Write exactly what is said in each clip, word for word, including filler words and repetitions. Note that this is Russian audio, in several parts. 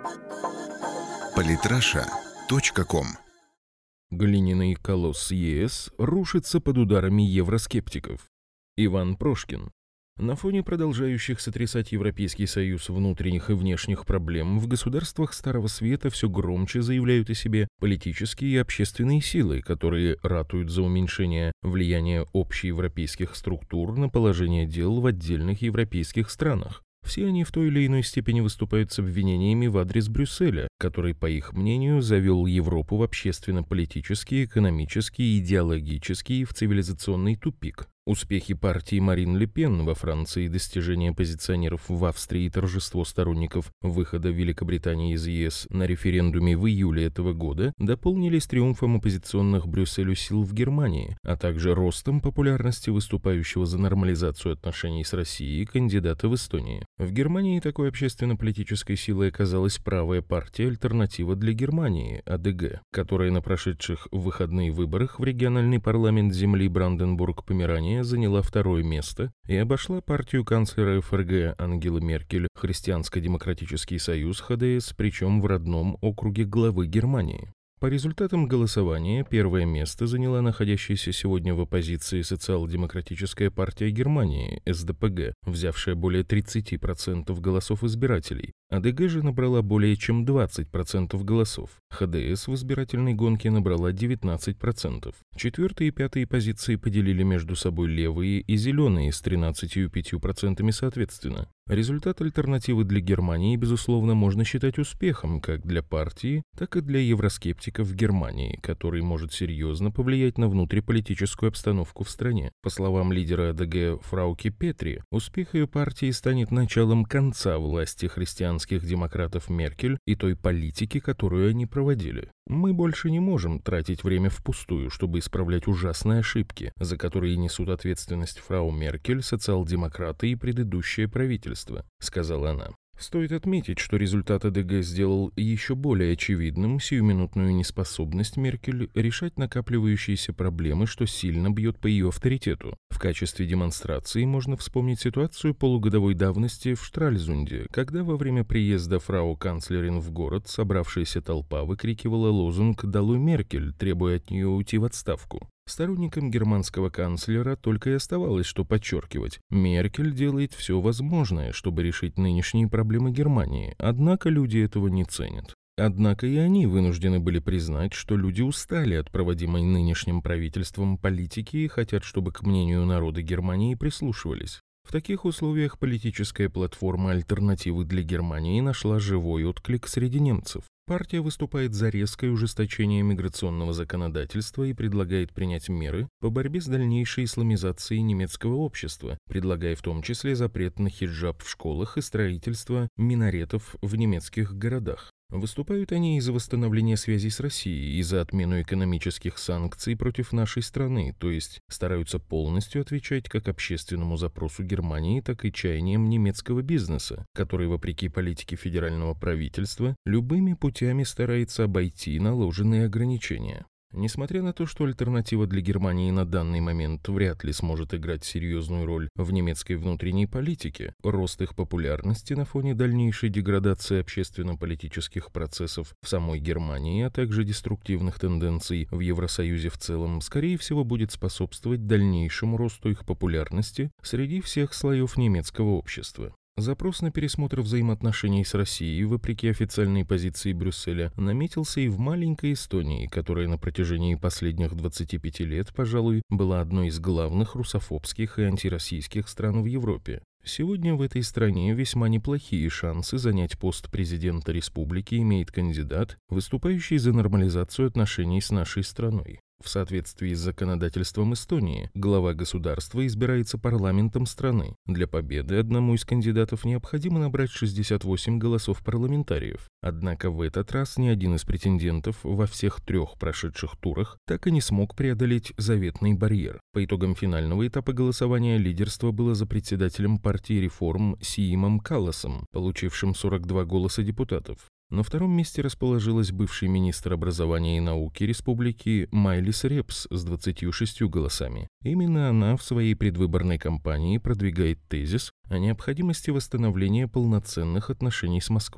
политраша точка ком. Глиняный колосс ЕС рушится под ударами евроскептиков. Иван Прошкин. На фоне продолжающих сотрясать Европейский Союз внутренних и внешних проблем в государствах Старого Света все громче заявляют о себе политические и общественные силы, которые ратуют за уменьшение влияния общеевропейских структур на положение дел в отдельных европейских странах. Все они в той или иной степени выступают с обвинениями в адрес Брюсселя, который, по их мнению, завел Европу в общественно-политический, экономический, идеологический и в цивилизационный тупик. Успехи партии Марин Ле Пен во Франции, достижения оппозиционеров в Австрии и торжество сторонников выхода Великобритании из ЕС на референдуме в июле этого года дополнились триумфом оппозиционных Брюсселю сил в Германии, а также ростом популярности выступающего за нормализацию отношений с Россией кандидата в Эстонии. В Германии такой общественно-политической силой оказалась правая партия «Альтернатива для Германии» (А Д Г), которая на прошедших в выходные выборах в региональный парламент земли Бранденбург-Померания заняла второе место и обошла партию канцлера Эф Эр Гэ Ангелы Меркель Христианско-демократический союз Ха Дэ Эс, причем в родном округе главы Германии. По результатам голосования первое место заняла находящаяся сегодня в оппозиции социал-демократическая партия Германии Эс Дэ Пэ Гэ, взявшая более тридцать процентов голосов избирателей. А Д Г же набрала более чем двадцать процентов голосов. Ха Дэ Эс в избирательной гонке набрала девятнадцать процентов. Четвертые и пятые позиции поделили между собой левые и зеленые с тринадцатью и пятью процентами соответственно. Результат альтернативы для Германии, безусловно, можно считать успехом как для партии, так и для евроскептиков в Германии, который может серьезно повлиять на внутриполитическую обстановку в стране. По словам лидера А Д Г Фрауке Петри, успех ее партии станет началом конца власти христианских демократов Меркель и той политики, которую они проводили. Мы больше не можем тратить время впустую, чтобы исправлять ужасные ошибки, за которые несут ответственность фрау Меркель, социал-демократы и предыдущее правительство, сказала она. Стоит отметить, что результат А Д Г сделал еще более очевидным сиюминутную неспособность Меркель решать накапливающиеся проблемы, что сильно бьет по ее авторитету. В качестве демонстрации можно вспомнить ситуацию полугодовой давности в Штральзунде, когда во время приезда фрау канцлерин в город собравшаяся толпа выкрикивала лозунг «Долой Меркель», требуя от нее уйти в отставку. Сторонникам германского канцлера только и оставалось, что подчеркивать: Меркель делает все возможное, чтобы решить нынешние проблемы Германии, однако люди этого не ценят. Однако и они вынуждены были признать, что люди устали от проводимой нынешним правительством политики и хотят, чтобы к мнению народа Германии прислушивались. В таких условиях политическая платформа «Альтернативы для Германии» нашла живой отклик среди немцев. Партия выступает за резкое ужесточение миграционного законодательства и предлагает принять меры по борьбе с дальнейшей исламизацией немецкого общества, предлагая в том числе запрет на хиджаб в школах и строительство минаретов в немецких городах. Выступают они и за восстановление связей с Россией, и за отмену экономических санкций против нашей страны, то есть стараются полностью отвечать как общественному запросу Германии, так и чаяниям немецкого бизнеса, который, вопреки политике федерального правительства, любыми путями старается обойти наложенные ограничения. Несмотря на то, что альтернатива для Германии на данный момент вряд ли сможет играть серьезную роль в немецкой внутренней политике, рост их популярности на фоне дальнейшей деградации общественно-политических процессов в самой Германии, а также деструктивных тенденций в Евросоюзе в целом, скорее всего, будет способствовать дальнейшему росту их популярности среди всех слоев немецкого общества. Запрос на пересмотр взаимоотношений с Россией, вопреки официальной позиции Брюсселя, наметился и в маленькой Эстонии, которая на протяжении последних двадцати пяти лет, пожалуй, была одной из главных русофобских и антироссийских стран в Европе. Сегодня в этой стране весьма неплохие шансы занять пост президента республики имеет кандидат, выступающий за нормализацию отношений с нашей страной. В соответствии с законодательством Эстонии, глава государства избирается парламентом страны. Для победы одному из кандидатов необходимо набрать шестьдесят восемь голосов парламентариев. Однако в этот раз ни один из претендентов во всех трех прошедших турах так и не смог преодолеть заветный барьер. По итогам финального этапа голосования лидерство было за председателем партии реформ Сиимом Калласом, получившим сорок два голоса депутатов. На втором месте расположилась бывший министр образования и науки республики Майлис Репс с двадцатью шестью голосами. Именно она в своей предвыборной кампании продвигает тезис о необходимости восстановления полноценных отношений с Москвой.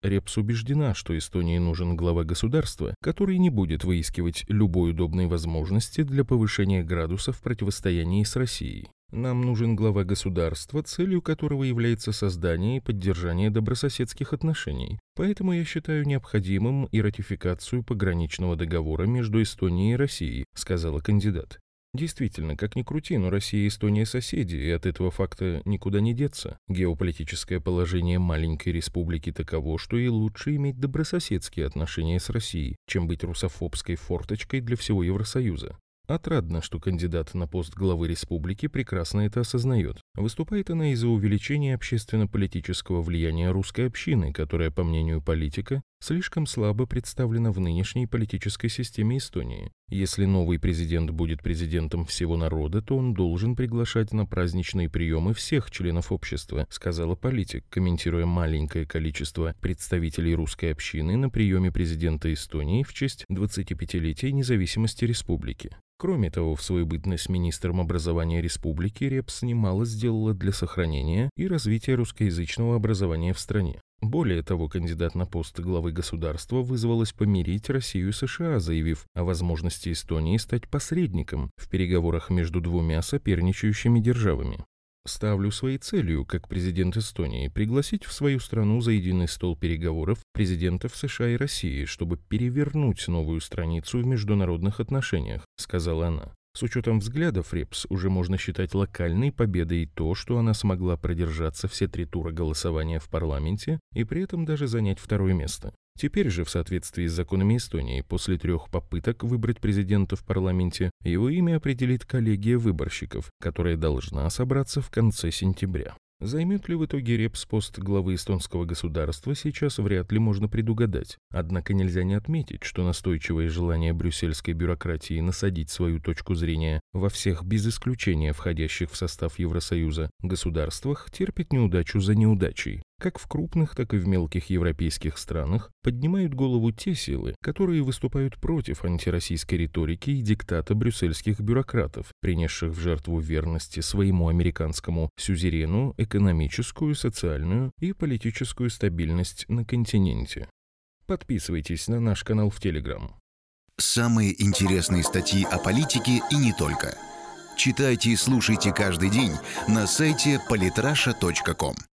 Репс убеждена, что Эстонии нужен глава государства, который не будет выискивать любой удобной возможности для повышения градуса в противостоянии с Россией. Нам нужен глава государства, целью которого является создание и поддержание добрососедских отношений. Поэтому я считаю необходимым и ратификацию пограничного договора между Эстонией и Россией, сказала кандидат. Действительно, как ни крути, но Россия и Эстония соседи, и от этого факта никуда не деться. Геополитическое положение маленькой республики таково, что и лучше иметь добрососедские отношения с Россией, чем быть русофобской форточкой для всего Евросоюза. Отрадно, что кандидат на пост главы республики прекрасно это осознает. Выступает она из-за увеличения общественно-политического влияния русской общины, которая, по мнению политика, слишком слабо представлена в нынешней политической системе Эстонии. Если новый президент будет президентом всего народа, то он должен приглашать на праздничные приемы всех членов общества, сказала политик, комментируя маленькое количество представителей русской общины на приеме президента Эстонии в честь двадцатипятилетия независимости республики. Кроме того, в свою бытность министром образования республики Репс немало сделала для сохранения и развития русскоязычного образования в стране. Более того, кандидат на пост главы государства вызвалась помирить Россию и США, заявив о возможности Эстонии стать посредником в переговорах между двумя соперничающими державами. Ставлю своей целью, как президент Эстонии, пригласить в свою страну за единый стол переговоров президентов США и России, чтобы перевернуть новую страницу в международных отношениях, сказала она. С учетом взглядов Репс уже можно считать локальной победой то, что она смогла продержаться все три тура голосования в парламенте и при этом даже занять второе место. Теперь же, в соответствии с законами Эстонии, после трех попыток выбрать президента в парламенте, его имя определит коллегия выборщиков, которая должна собраться в конце сентября. Займет ли в итоге Репс пост главы эстонского государства, сейчас вряд ли можно предугадать. Однако нельзя не отметить, что настойчивое желание брюссельской бюрократии насадить свою точку зрения во всех без исключения входящих в состав Евросоюза государствах терпит неудачу за неудачей. Как в крупных, так и в мелких европейских странах поднимают голову те силы, которые выступают против антироссийской риторики и диктата брюссельских бюрократов, принесших в жертву верности своему американскому сюзерену экономическую, социальную и политическую стабильность на континенте. Подписывайтесь на наш канал в Телеграм. Самые интересные статьи о политике и не только. Читайте и слушайте каждый день на сайте политраша точка ком.